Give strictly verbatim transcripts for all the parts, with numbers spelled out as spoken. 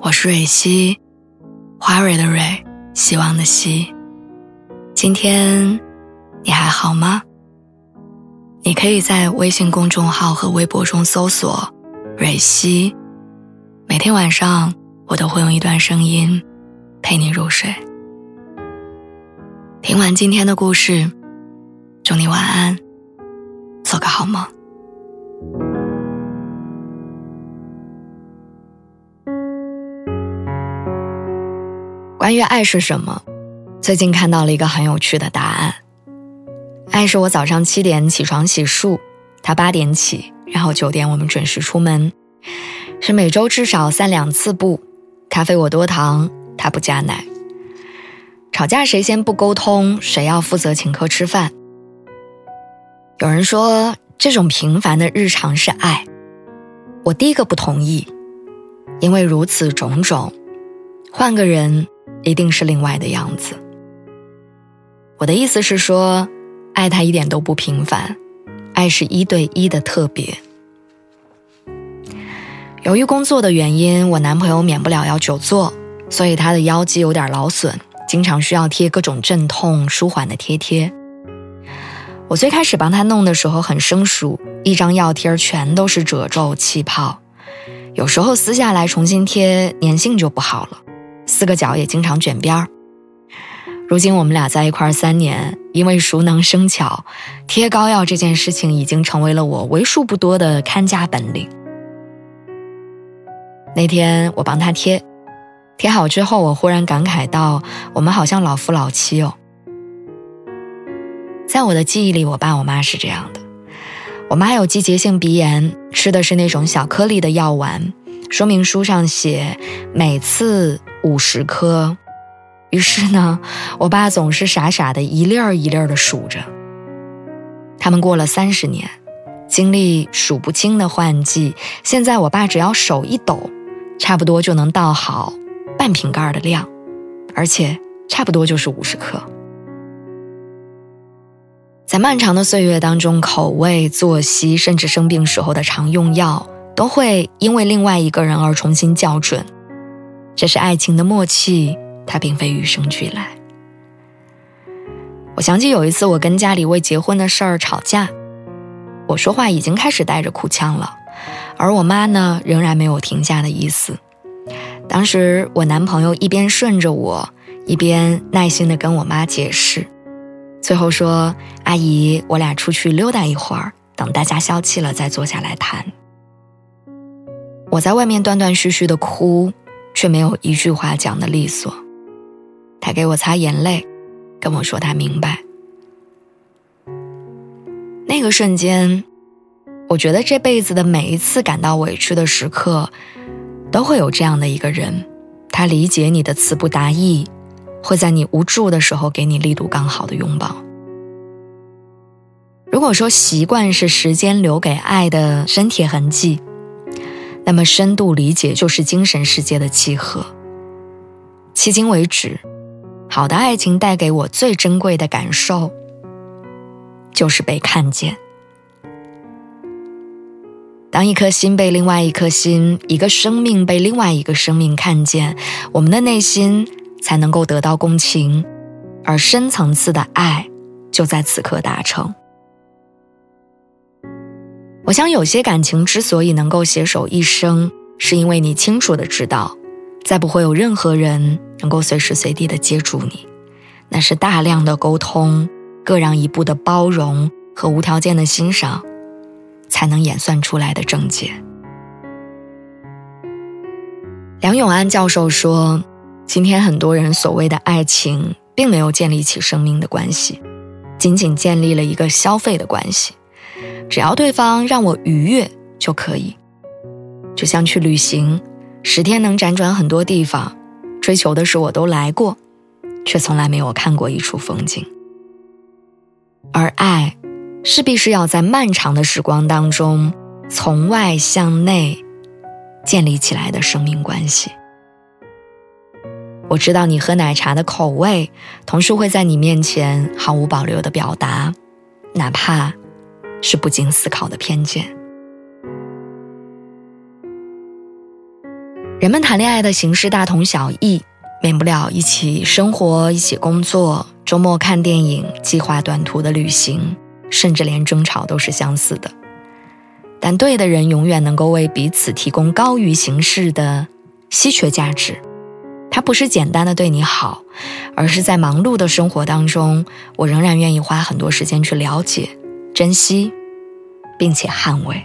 我是蕊希，花蕊的蕊，希望的希。今天你还好吗？你可以在微信公众号和微博中搜索蕊希，每天晚上我都会用一段声音陪你入睡。听完今天的故事，祝你晚安，做个好梦。关于爱是什么，最近看到了一个很有趣的答案。爱是我早上七点起床洗漱，他八点起，然后九点我们准时出门，是每周至少散两次步，咖啡我多糖，他不加奶。吵架谁先不沟通，谁要负责请客吃饭。有人说这种平凡的日常是爱，我第一个不同意，因为如此种种，换个人一定是另外的样子。我的意思是说，爱它一点都不平凡，爱是一对一的特别。由于工作的原因，我男朋友免不了要久坐，所以他的腰肌有点劳损，经常需要贴各种镇痛舒缓的贴贴。我最开始帮他弄的时候很生疏，一张药贴全都是褶皱气泡，有时候撕下来重新贴，粘性就不好了，四个角也经常卷边儿。如今我们俩在一块儿三年，因为熟能生巧，贴膏药这件事情已经成为了我为数不多的看家本领。那天我帮他贴，贴好之后，我忽然感慨到，我们好像老夫老妻哦。在我的记忆里，我爸我妈是这样的。我妈有季节性鼻炎，吃的是那种小颗粒的药丸，说明书上写每次五十颗。于是呢，我爸总是傻傻的一粒儿一粒儿的数着。他们过了三十年，经历数不清的换季，现在我爸只要手一抖，差不多就能倒好半瓶盖的量，而且差不多就是五十克。在漫长的岁月当中，口味、作息，甚至生病时候的常用药，都会因为另外一个人而重新校准。这是爱情的默契，它并非与生俱来。我想起有一次我跟家里为结婚的事儿吵架，我说话已经开始带着哭腔了，而我妈呢，仍然没有停下的意思。当时我男朋友一边顺着我，一边耐心地跟我妈解释，最后说，阿姨，我俩出去溜达一会儿，等大家消气了再坐下来谈。我在外面断断续续的哭，却没有一句话讲得利索。他给我擦眼泪，跟我说他明白。那个瞬间，我觉得这辈子的每一次感到委屈的时刻，都会有这样的一个人，他理解你的词不达意，会在你无助的时候给你力度刚好的拥抱。如果说习惯是时间留给爱的身体痕迹，那么深度理解就是精神世界的契合。迄今为止，好的爱情带给我最珍贵的感受，就是被看见。当一颗心被另外一颗心，一个生命被另外一个生命看见，我们的内心才能够得到共情，而深层次的爱就在此刻达成。我想有些感情之所以能够携手一生，是因为你清楚地知道，再不会有任何人能够随时随地地接住你，那是大量的沟通、各让一步的包容和无条件的欣赏才能演算出来的症结。梁永安教授说，今天很多人所谓的爱情并没有建立起生命的关系，仅仅建立了一个消费的关系，只要对方让我愉悦就可以。就像去旅行，十天能辗转很多地方，追求的是我都来过，却从来没有看过一处风景。而爱势必是要在漫长的时光当中，从外向内建立起来的生命关系。我知道你喝奶茶的口味，同时会在你面前毫无保留地表达，哪怕是不经思考的偏见。 人们谈恋爱的形式大同小异，免不了一起生活、一起工作，周末看电影，计划短途的旅行，甚至连争吵都是相似的。但对的人永远能够为彼此提供高于形式的稀缺价值。他不是简单的对你好，而是在忙碌的生活当中，我仍然愿意花很多时间去了解、珍惜，并且捍卫。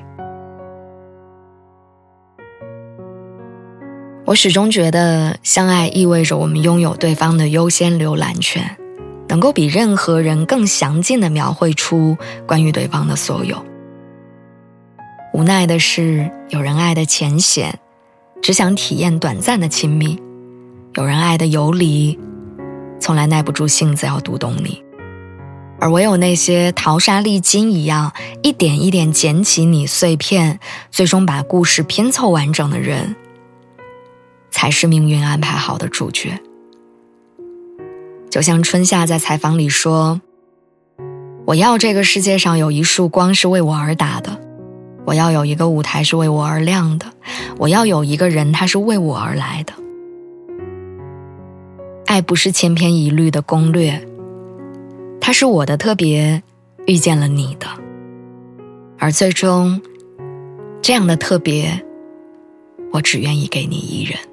我始终觉得相爱意味着我们拥有对方的优先浏览权，能够比任何人更详尽地描绘出关于对方的所有。无奈的是，有人爱的浅显，只想体验短暂的亲密；有人爱的游离，从来耐不住性子要读懂你。而唯有那些淘沙砾金一样，一点一点捡起你碎片，最终把故事拼凑完整的人，才是命运安排好的主角。就像春夏在采访里说，我要这个世界上有一束光是为我而打的，我要有一个舞台是为我而亮的，我要有一个人他是为我而来的。爱不是千篇一律的攻略，它是我的特别遇见了你的，而最终这样的特别，我只愿意给你一人。